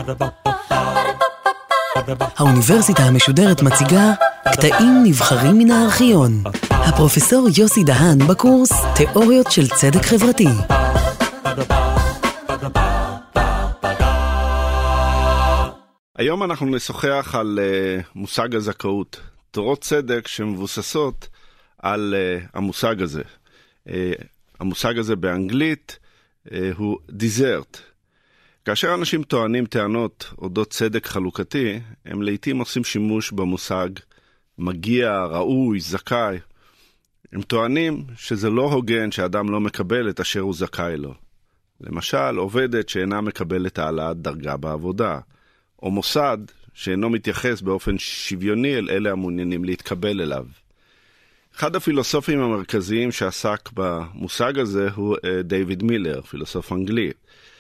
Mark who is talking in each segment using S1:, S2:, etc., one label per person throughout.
S1: האוניברסיטה המשודרת מציגה קטעים נבחרים מן הארכיון. הפרופסור יוסי דהן בקורס תיאוריות של צדק חברתי.
S2: היום אנחנו נשוחח על מושג הזכאות, תורות צדק שמבוססות על המושג הזה. המושג הזה באנגלית הוא דיזרט. כאשר אנשים טוענים טענות אודות צדק חלוקתי, הם לעתים עושים שימוש במושג מגיע, ראוי, זכאי. הם טוענים שזה לא הוגן שאדם לא מקבל את אשר הוא זכאי לו. למשל, עובדת שאינה מקבלת העלאת דרגה בעבודה, או מוסד שאינו מתייחס באופן שוויוני אל אלה המעוניינים להתקבל אליו. אחד הפילוסופים המרכזיים שעסק במושג הזה הוא דיוויד מילר, פילוסוף אנגלי.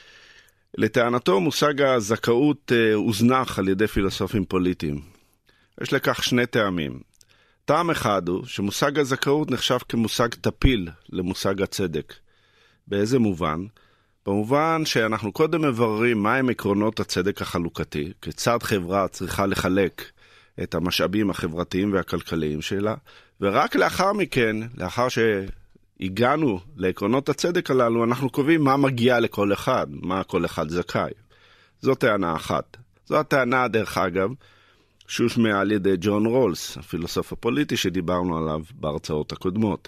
S2: לטענתו מושג הזכאות הוזנח על ידי פילוסופים פוליטיים. יש לכך שני טעמים. טעם אחד הוא שמושג הזכאות נחשב כמושג טפיל למושג הצדק. באיזה מובן? במובן שאנחנו קודם מבררים מהם עקרונות הצדק החלוקתי, כיצד חברה צריכה לחלק את המשאבים החברתיים והכלכליים שלה, ורק לאחר מכן, לאחר שהגענו לעקרונות הצדק הללו, אנחנו קובעים מה מגיע לכל אחד, מה כל אחד זכאי. זו טענה אחת. זו הטענה, דרך אגב, שהושמעה על ידי ג'ון רולס, הפילוסוף הפוליטי שדיברנו עליו בהרצאות הקודמות.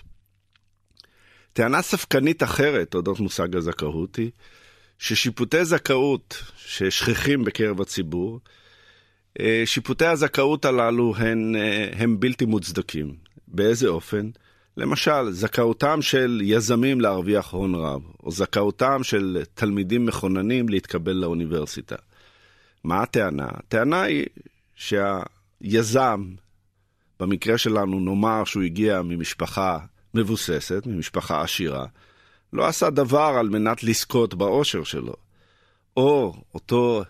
S2: טענה ספקנית אחרת אודות מושג הזכאות היא ששיפוטי זכאות ששכיחים בקרב הציבור, שיפוטי הזכאות הללו הם בלתי מוצדקים. באיזה אופן? למשל, זכאותם של יזמים להרוויח הון רב, או זכאותם של תלמידים מכוננים להתקבל לאוניברסיטה. מה הטענה? הטענה היא שהיזם, במקרה שלנו נאמר שהוא הגיע ממשפחה מבוססת, ממשפחה עשירה, לא עשה דבר על מנת לזכות באושר שלו. או אותו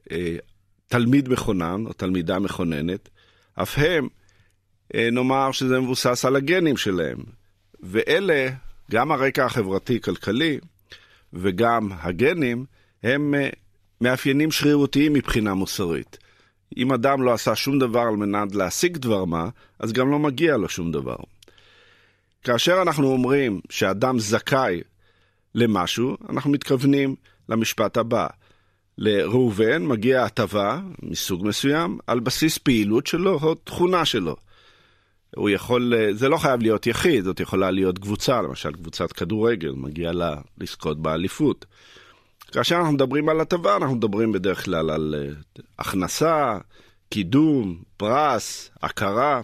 S2: תלמיד מכונן, או תלמידה מכוננת, אף הם נאמר שזה מבוסס על הגנים שלהם. ואלה, גם הרקע החברתי-כלכלי, וגם הגנים, הם מאפיינים שרירותיים מבחינה מוסרית. אם אדם לא עשה שום דבר על מנת להשיג דבר מה, אז גם לא מגיע לו שום דבר. כאשר אנחנו אומרים שאדם זכאי למשהו, אנחנו מתכוונים למשפט הבא. לראובן מגיע הטבה מסוג מסוים על בסיס פעילות שלו או תכונה שלו. הוא יכול, זה לא חייב להיות יחיד, זאת יכולה להיות קבוצה, למשל קבוצת כדורגל, מגיע לה לזכות באליפות. כאשר אנחנו מדברים על הטבה, אנחנו מדברים בדרך כלל על הכנסה, קידום, פרס, הכרה.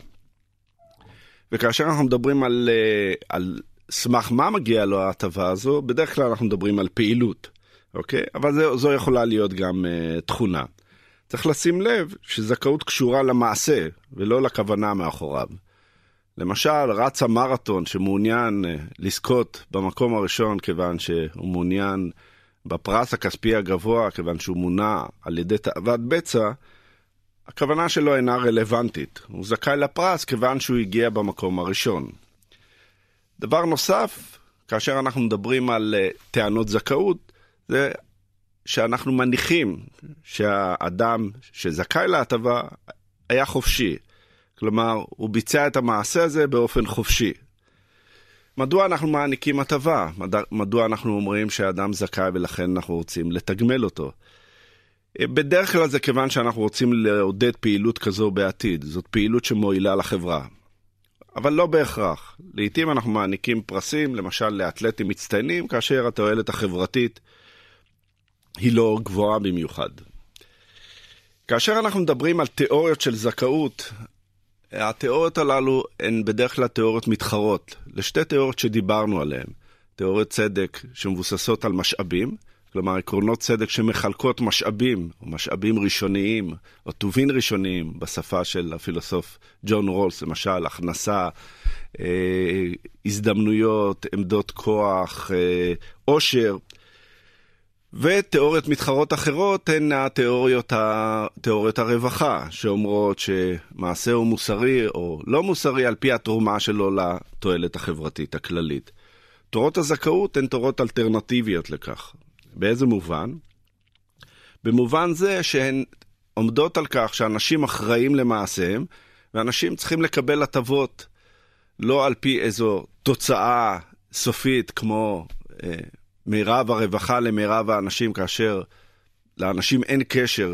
S2: וכאשר אנחנו מדברים על סמך מה מגיע לו ההטבה הזו, בדרך כלל אנחנו מדברים על פעילות. אוקיי? אבל זו יכולה להיות גם תכונה. צריך לשים לב שזכאות קשורה למעשה ולא לכוונה מאחוריו. למשל, רץ המרתון שמעוניין לזכות במקום הראשון כיוון שהוא מעוניין בפרס הכספי הגבוה, כיוון שהוא מונע על ידי תאוות בצע, הכוונה שלו אינה רלוונטית. הוא זכאי לפרס כיוון שהוא הגיע במקום הראשון. דבר נוסף, כאשר אנחנו מדברים על טענות זכאות, זה שאנחנו מניחים שהאדם שזכאי להטבה היה חופשי. כלומר, הוא ביצע את המעשה הזה באופן חופשי. מדוע אנחנו מעניקים הטבה? מדוע אנחנו אומרים שהאדם זכאי ולכן אנחנו רוצים לתגמל אותו? בדרך כלל זה כיוון שאנחנו רוצים לעודד פעילות כזו בעתיד. זאת פעילות שמועילה לחברה. אבל לא בהכרח. לעתים אנחנו מעניקים פרסים, למשל לאתלטים מצטיינים, כאשר התועלת החברתית היא לא גבוהה במיוחד. כאשר אנחנו מדברים על תיאוריות של זכאות, התיאוריות הללו הן בדרך כלל תיאוריות מתחרות, לשתי תיאוריות שדיברנו עליהן. תיאוריות צדק שמבוססות על משאבים, כלומר עקרונות צדק שמחלקות משאבים, או משאבים ראשוניים, או טובין ראשוניים, בשפה של הפילוסוף ג'ון רולס, למשל, הכנסה, הזדמנויות, עמדות כוח, עושר, ותיאוריות מתחרות אחרות הן תיאוריות הרווחה, שאומרות שמעשה הוא מוסרי או לא מוסרי על פי התרומה שלו לתועלת החברתית הכללית. תורות הזכאות הן תורות אלטרנטיביות לכך. באיזה מובן? במובן זה שהן עומדות על כך שאנשים אחראים למעשיהם, ואנשים צריכים לקבל הטבות, לא על פי איזו תוצאה סופית כמו מירב הרווחה למירב האנשים, כאשר לאנשים אין קשר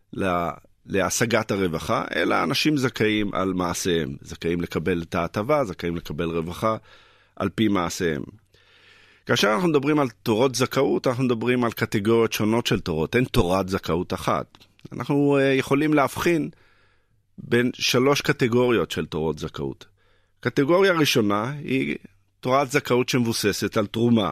S2: להשגת הרווחה, אלא אנשים זכאים על מעשיהם, זכאים לקבל את ההטבה, זכאים לקבל רווחה על פי מעשיהם. כאשר אנחנו מדברים על תורות זכאות, אנחנו מדברים על קטגוריות שונות של תורות, אין תורת זכאות אחת. אנחנו יכולים להבחין בין 3 קטגוריות של תורות זכאות. קטגוריה ראשונה היא תורת זכאות שמבוססת על תרומה.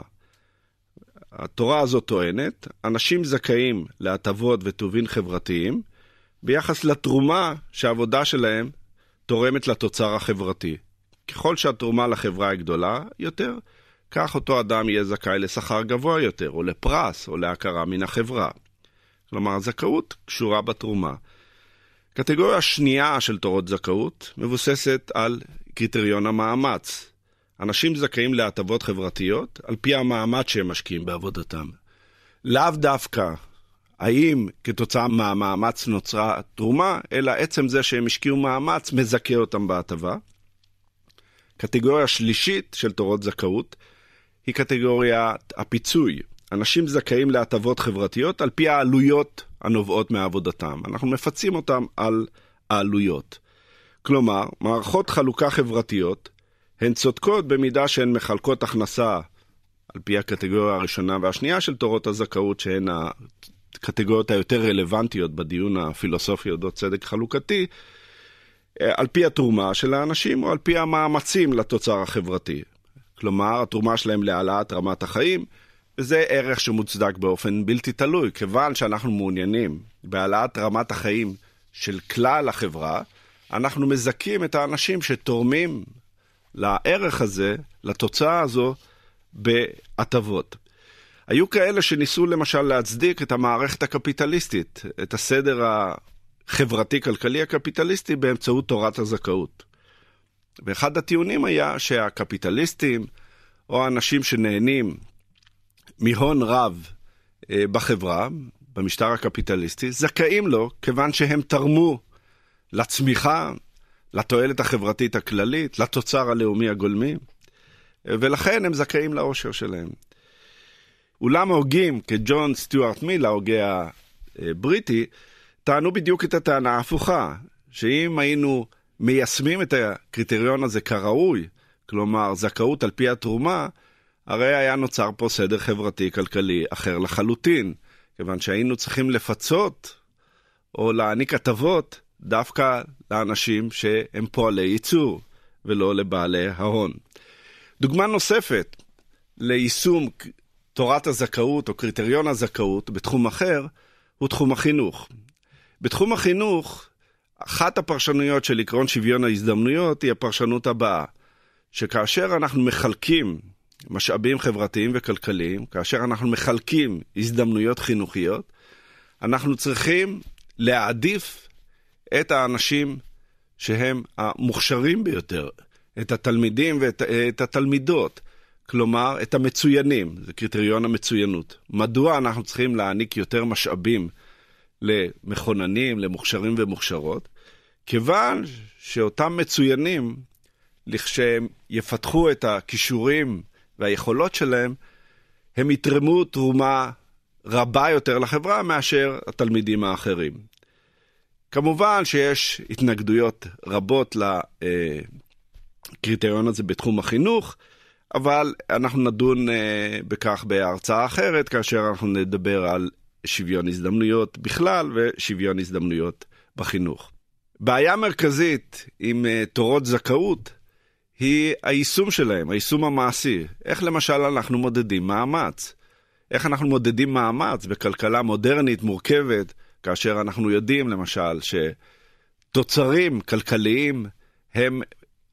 S2: התורה הזאת טוענת, אנשים זכאים להטבות וטובין חברתיים, ביחס לתרומה שהעבודה שלהם תורמת לתוצר החברתי. ככל שהתרומה לחברה היא גדולה יותר, כך אותו אדם יהיה זכאי לשכר גבוה יותר, או לפרס, או להכרה מן החברה. כלומר, זכאות קשורה בתרומה. קטגוריה שנייה של תורות זכאות מבוססת על קריטריון המאמץ. אנשים זכאים להטבות חברתיות על פי המאמץ שהם משקיעים בעבודתם. לאו דווקא האם כתוצאה מהמאמץ נוצרה תרומה, אלא עצם זה שהם השקיעו מאמץ מזכה אותם בהטבה. קטגוריה שלישית של תורות זכאות היא קטגוריית הפיצוי. אנשים זכאים להטבות חברתיות על פי העלויות הנובעות מעבודתם. אנחנו מפצים אותם על העלויות. כלומר, מערכות חלוקה חברתיות הן צודקות במידה שהן מחלקות הכנסה על פי הקטגוריה הראשונה והשנייה של תורות הזכאות, שהן הקטגוריות היותר רלוונטיות בדיון הפילוסופי אודות צדק חלוקתי, על פי התרומה של האנשים או על פי המאמצים לתוצר החברתי. כלומר, התרומה שלהם להעלאת רמת החיים, וזה ערך שמוצדק באופן בלתי תלוי. כיוון שאנחנו מעוניינים בהעלאת רמת החיים של כלל החברה, אנחנו מזכים את האנשים שתורמים לערך הזה, לתוצאה הזו, בהטבות. היו כאלה שניסו למשל להצדיק את המערכת הקפיטליסטית, את הסדר החברתי-כלכלי הקפיטליסטי באמצעות תורת הזכאות. ואחד הטיעונים היה שהקפיטליסטים, או האנשים שנהנים מהון רב בחברה, במשטר הקפיטליסטי, זכאים לו כיוון שהם תרמו לצמיחה, לתועלת החברתית הכללית, לתוצר הלאומי הגולמי, ולכן הם זכאים לעושר שלהם. אולם ההוגים כג'ון סטיוארט מיל, ההוגה הבריטי, טענו בדיוק את הטענה ההפוכה, שאם היינו מיישמים את הקריטריון הזה כראוי, כלומר זכאות על פי התרומה, הרי היה נוצר פה סדר חברתי-כלכלי אחר לחלוטין, כיוון שהיינו צריכים לפצות או להעניק הטבות דווקא לאנשים שהם פועלי ייצור ולא לבעלי ההון. דוגמה נוספת ליישום תורת הזכאות או קריטריון הזכאות בתחום אחר הוא תחום החינוך. בתחום החינוך, אחת הפרשנויות של עקרון שוויון ההזדמנויות היא הפרשנות הבאה, שכאשר אנחנו מחלקים משאבים חברתיים וכלכליים, כאשר אנחנו מחלקים הזדמנויות חינוכיות, אנחנו צריכים להעדיף את האנשים שהם המוכשרים ביותר, את התלמידים ואת התלמידות, כלומר את המצוינים, זה קריטריון המצוינות. מדוע אנחנו צריכים להעניק יותר משאבים למכוננים, למוכשרים ומוכשרות? כיוון שאותם מצוינים, לכשהם יפתחו את הכישורים והיכולות שלהם, הם יתרמו תרומה רבה יותר לחברה מאשר התלמידים האחרים. כמובן שיש התנגדויות רבות לקריטריון הזה בתחום החינוך, אבל אנחנו נדון בכך בהרצאה אחרת, כאשר אנחנו נדבר על שוויון הזדמנויות בכלל ושוויון הזדמנויות בחינוך. בעיה מרכזית עם תורות זכאות היא היישום שלהם, היישום המעשי. איך למשל אנחנו מודדים מאמץ? איך אנחנו מודדים מאמץ בכלכלה מודרנית מורכבת, כאשר אנחנו יודעים למשל שתוצרים כלכליים הם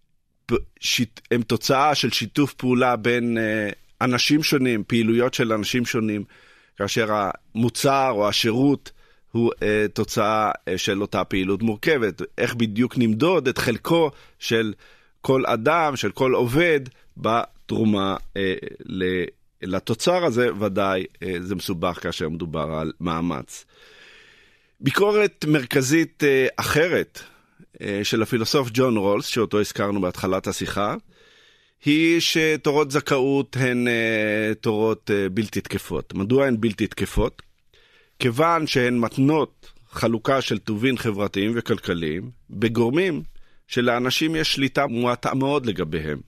S2: תוצאה של שיתוף פעולה בין אנשים שונים, פעילויות של אנשים שונים, כאשר המוצר או השירות הוא תוצאה של אותה פעילות מורכבת. איך בדיוק נמדוד את חלקו של כל אדם, של כל עובד, בתרומה לתוצר הזה, ודאי זה מסובך כאשר מדובר על מאמץ. ביקורת מרכזית אחרת של הפילוסוף ג'ון רולס, שאותו הזכרנו בהתחלת השיחה, היא שתורות זכאות הן תורות בלתי תקפות. מדוע הן בלתי תקפות? כיוון שהן מתנות חלוקה של טובין חברתיים וכלכליים בגורמים שלאנשים יש שליטה מועטה מאוד לגביהם.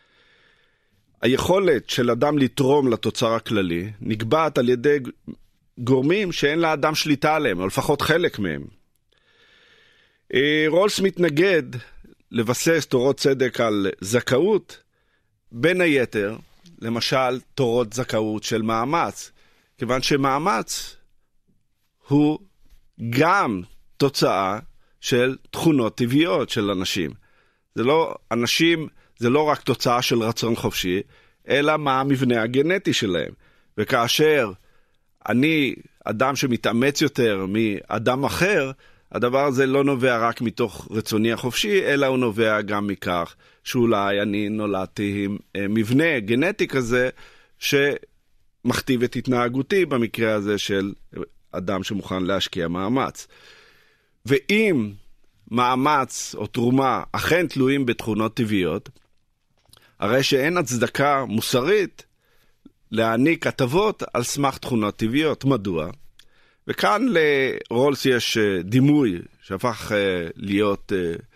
S2: היכולת של אדם לתרום לתוצר הכללי נקבעת על ידי גורמים שאין לאדם שליטה עליהם, או לפחות חלק מהם. רולס מתנגד לבסס תורות צדק על זכאות, בין היתר, למשל, תורות זכאות של מאמץ, כיוון שמאמץ הוא גם תוצאה של תכונות טבעיות של אנשים. זה לא רק תוצאה של רצון חופשי, אלא מה המבנה הגנטי שלהם. וכאשר אני אדם שמתאמץ יותר מאדם אחר, הדבר הזה לא נובע רק מתוך רצוני החופשי, אלא הוא נובע גם מכך שאולי אני נולדתי עם מבנה גנטי כזה שמכתיב את התנהגותי במקרה הזה של אדם שמוכן להשקיע מאמץ. ואם מאמץ או תרומה אכן תלויים בתכונות טבעיות, הרי שאין הצדקה מוסרית להעניק הטבות על סמך תכונות טבעיות. מדוע? וכאן לרולס יש דימוי שהפך להיות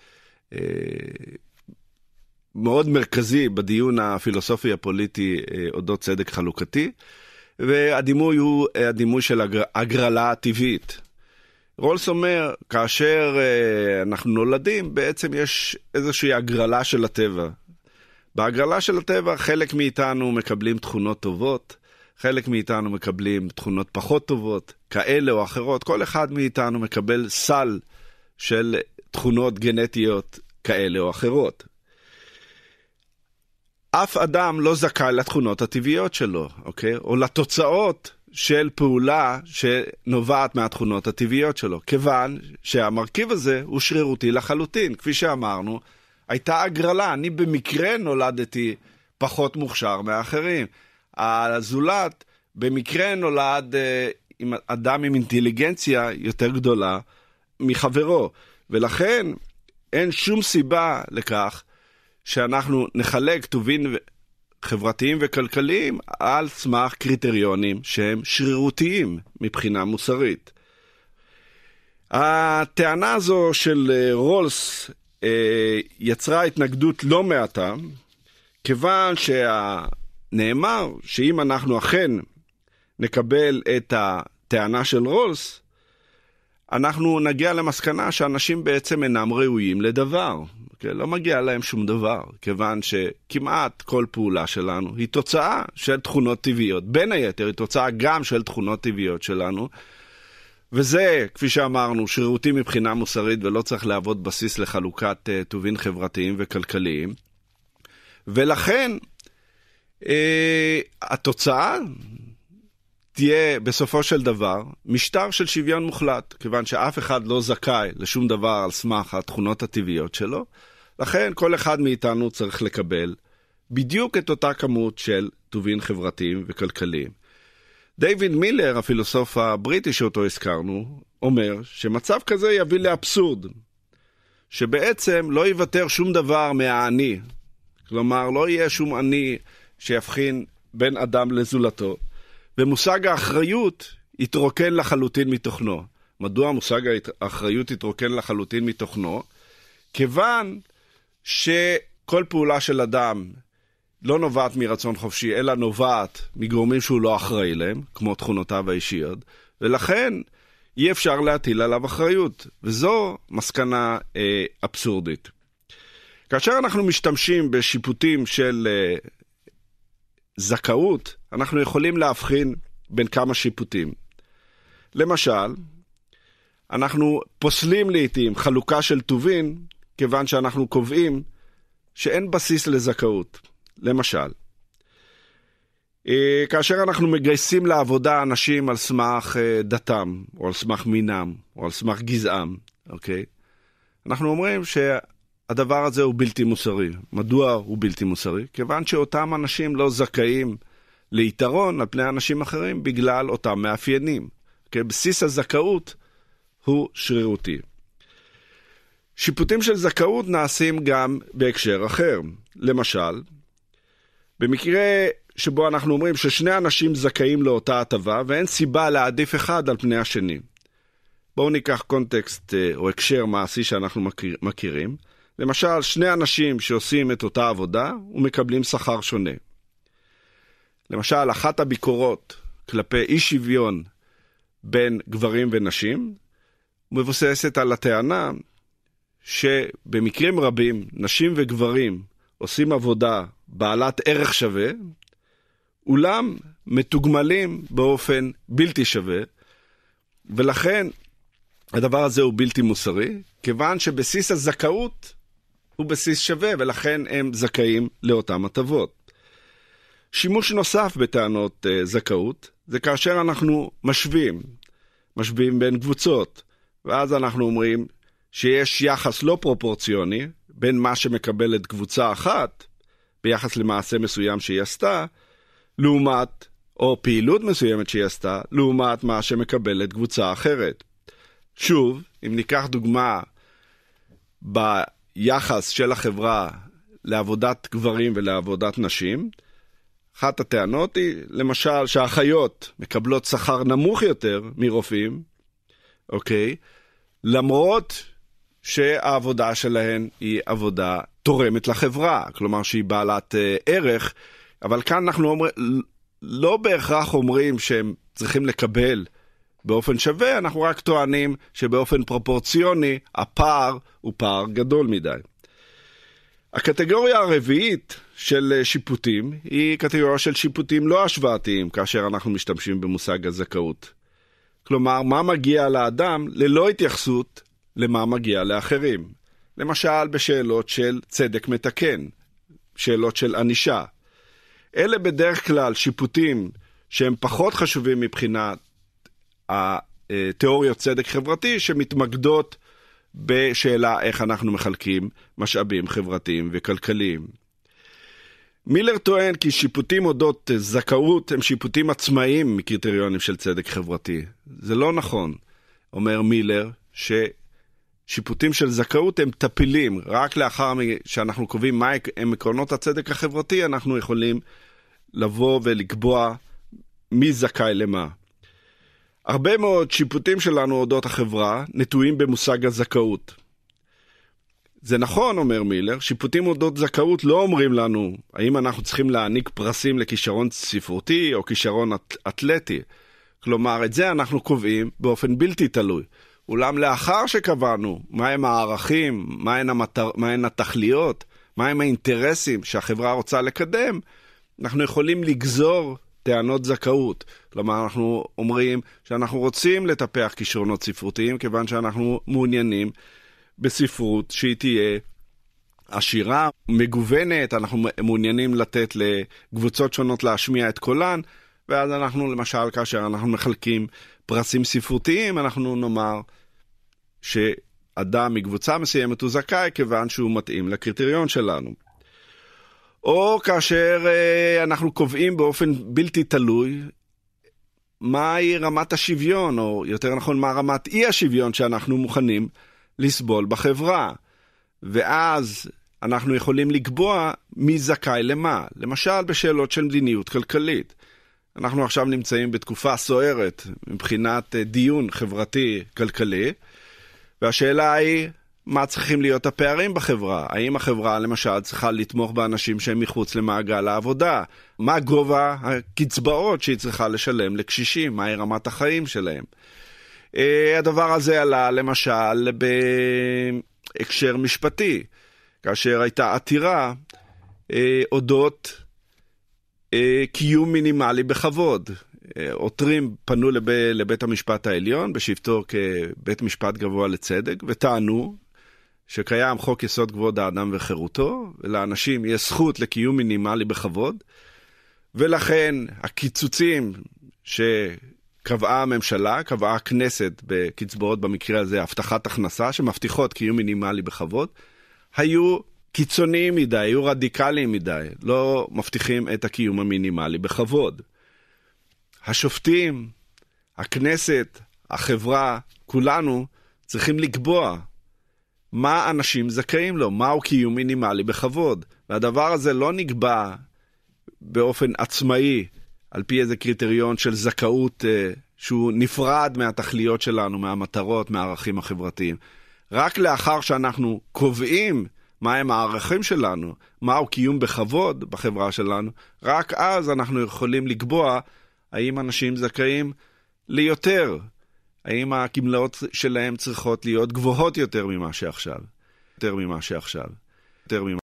S2: מאוד מרכזי בדיון הפילוסופי הפוליטי אודות צדק חלוקתי, והדימוי הוא הדימוי של הגרלה הטבעית. רולס אומר, כאשר אנחנו נולדים, בעצם יש איזושהי הגרלה של הטבע. בהגרלה של הטבע חלק מאיתנו מקבלים תכונות טובות, חלק מאיתנו מקבלים תכונות פחות טובות, כאלה או אחרות. כל אחד מאיתנו מקבל סל של תכונות גנטיות כאלה או אחרות. אף אדם לא זכאי לתכונות הטבעיות שלו, אוקיי? או לתוצאות של פעולה שנובעת מהתכונות הטבעיות שלו, כיוון שהמרכיב הזה הוא שרירותי לחלוטין. כפי שאמרנו, הייתה הגרלה, אני במקרה נולדתי פחות מוכשר מאחרים. הזולת במקרה נולד עם אדם עם אינטליגנציה יותר גדולה מחברו, ולכן אין שום סיבה לכך שאנחנו נחלק טובין חברתיים וכלכליים על סמך קריטריונים שהם שרירותיים מבחינה מוסרית. הטענה הזו של רולס יצרה התנגדות לא מעטה, כיוון נאמר שאם אנחנו אכן נקבל את הטענה של רולס, אנחנו נגיע למסקנה שאנשים בעצם אינם ראויים לדבר. לא מגיע להם שום דבר, כיוון שכמעט כל פעולה שלנו היא תוצאה של תכונות טבעיות. בין היתר היא תוצאה גם של תכונות טבעיות שלנו, וזה, כפי שאמרנו, שרירותי מבחינה מוסרית ולא צריך להוות בסיס לחלוקת טובין חברתיים וכלכליים. ולכן התוצאה תהיה בסופו של דבר משטר של שוויון מוחלט, כיוון שאף אחד לא זכאי לשום דבר על סמך התכונות הטבעיות שלו. לכן כל אחד מאיתנו צריך לקבל בדיוק את אותה כמות של טובין חברתיים וכלכליים. דיוויד מילר, הפילוסוף הבריטי שאותו הזכרנו, אומר שמצב כזה יביא לאבסורד, שבעצם לא יוותר שום דבר מהעני. כלומר, לא יהיה שום עני שיבחין בין אדם לזולתו, ומושג האחריות יתרוקן לחלוטין מתוכנו. מדוע מושג האחריות יתרוקן לחלוטין מתוכנו? כיוון שכל פעולה של אדם לא נובעת מרצון חופשי, אלא נובעת מגורמים שהוא לא אחראי להם, כמו תכונותיו האישיות, ולכן אי אפשר להטיל עליו אחריות, וזו מסקנה אבסורדית. כאשר אנחנו משתמשים בשיפוטים של זכאות, אנחנו יכולים להבחין בין כמה שיפוטים. למשל, אנחנו פוסלים לעתים חלוקה של טובין, כיוון שאנחנו קובעים שאין בסיס לזכאות. למשל, כאשר אנחנו מגייסים לעבודה אנשים על סמך דתם, או על סמך מינם, או על סמך גזעם, אוקיי? אנחנו אומרים שהדבר הזה הוא בלתי מוסרי. מדוע הוא בלתי מוסרי? כיוון שאותם אנשים לא זכאים ליתרון על פני אנשים אחרים בגלל אותם מאפיינים. בסיס הזכאות הוא שרירותי. שיפוטים של זכאות נעשים גם בהקשר אחר. למשל, במקרה שבו אנחנו אומרים ששני אנשים זכאים לאותה הטבה ואין סיבה להעדיף אחד על פני השני. בואו ניקח קונטקסט או הקשר מעשי שאנחנו מכירים. למשל, שני אנשים שעושים את אותה עבודה ומקבלים שכר שונה. למשל, אחת הביקורות כלפי אי שוויון בין גברים ונשים מבוססת על הטענה שבמקרים רבים נשים וגברים עושים עבודה בעלת ערך שווה, אולם מתוגמלים באופן בלתי שווה, ולכן הדבר הזה הוא בלתי מוסרי, כיוון שבסיס הזכאות הוא בסיס שווה, ולכן הם זכאים לאותם הטבות. שימוש נוסף בטענות זכאות, זה כאשר אנחנו משווים בין קבוצות, ואז אנחנו אומרים שיש יחס לא פרופורציוני בין מה שמקבלת קבוצה אחת, ביחס למעשה מסוים שהיא עשתה, לעומת, או פעילות מסוימת שהיא עשתה, לעומת מה שמקבלת קבוצה אחרת. שוב, אם ניקח דוגמה ביחס של החברה לעבודת גברים ולעבודת נשים, אחת הטענות היא, למשל, שהאחיות מקבלות שכר נמוך יותר מרופאים, אוקיי? למרות שהעבודה שלהן היא עבודה תורמת לחברה, כלומר שהיא בעלת ערך, אבל כאן אנחנו לא בהכרח אומרים שהם צריכים לקבל באופן שווה, אנחנו רק טוענים שבאופן פרופורציוני הפער הוא פער גדול מדי. הקטגוריה הרביעית של שיפוטים היא קטגוריה של שיפוטים לא השוואתיים, כאשר אנחנו משתמשים במושג הזכאות. כלומר, מה מגיע לאדם ללא התייחסות למה מגיע לאחרים. למשל, בשאלות של צדק מתקן, שאלות של ענישה. אלה בדרך כלל שיפוטים שהם פחות חשובים מבחינת התיאוריות צדק חברתי, שמתמקדות בשאלה איך אנחנו מחלקים משאבים חברתיים וכלכליים. מילר טוען כי שיפוטים אודות זכאות הם שיפוטים עצמאיים מקריטריונים של צדק חברתי. זה לא נכון, אומר מילר, ששיפוטים של זכאות הם טפילים. רק לאחר שאנחנו קובעים מה הם עקרונות הצדק החברתי, אנחנו יכולים לבוא ולקבוע מי זכאי למה. הרבה מאוד שיפוטים שלנו אודות החברה נטועים במושג הזכאות. זה נכון, אומר מילר, שיפוטים אודות זכאות לא אומרים לנו האם אנחנו צריכים להעניק פרסים לכישרון ספרותי או כישרון אתלטי. כלומר, את זה אנחנו קובעים באופן בלתי תלוי. אולם לאחר שקבענו מהם הערכים, מהן התכליות, מהם האינטרסים שהחברה רוצה לקדם, אנחנו יכולים לגזור טענות זכאות. כלומר, אנחנו אומרים שאנחנו רוצים לטפח כישרונות ספרותיים, כיוון שאנחנו מעוניינים בספרות שהיא תהיה עשירה, מגוונת, אנחנו מעוניינים לתת לקבוצות שונות להשמיע את קולן, ואז אנחנו, למשל, כאשר אנחנו מחלקים פרסים ספרותיים, אנחנו נאמר שאדם מקבוצה מסוימת הוא זכאי, כיוון שהוא מתאים לקריטריון שלנו. או כאשר אנחנו קובעים באופן בלתי תלוי מהי רמת השוויון, או יותר נכון מה רמת אי השוויון שאנחנו מוכנים לסבול בחברה. ואז אנחנו יכולים לקבוע מי זכאי למה. למשל בשאלות של מדיניות כלכלית. אנחנו עכשיו נמצאים בתקופה סוערת מבחינת דיון חברתי-כלכלי, והשאלה היא, מה צריכים להיות הפערים בחברה? האם החברה למשל צריכה לתמוך באנשים שהם מחוץ למעגל העבודה? מה גובה הקצבאות שהיא צריכה לשלם לקשישים? מהי רמת החיים שלהם? הדבר הזה עלה למשל בהקשר משפטי, כאשר הייתה עתירה אודות קיום מינימלי בכבוד. עותרים פנו לבית המשפט העליון בשבתו כבית משפט גבוה לצדק, וטענו שקיים חוק יסוד כבוד האדם וחירותו, ולאנשים יש זכות לקיום מינימלי בכבוד, ולכן הקיצוצים שקבעה הממשלה, קבעה הכנסת בקצבאות, במקרה הזה הבטחת הכנסה, שמבטיחות קיום מינימלי בכבוד, היו קיצוניים מדי, יהיו רדיקליים מדי, לא מבטיחים את הקיום המינימלי בכבוד. השופטים, הכנסת, החברה, כולנו צריכים לקבוע מה אנשים זכאים לו, מהו קיום מינימלי בכבוד. והדבר הזה לא נקבע באופן עצמאי, על פי איזה קריטריון של זכאות שהוא נפרד מהתכליות שלנו, מהמטרות, מהערכים החברתיים. רק לאחר שאנחנו קובעים מהם הערכים שלנו, מהו קיום בכבוד בחברה שלנו, רק אז אנחנו יכולים לקבוע האם אנשים זכאים ליותר, האם הגמלאות שלהם צריכות להיות גבוהות יותר ממה שעכשיו. יותר ממה שעכשיו. יותר ממה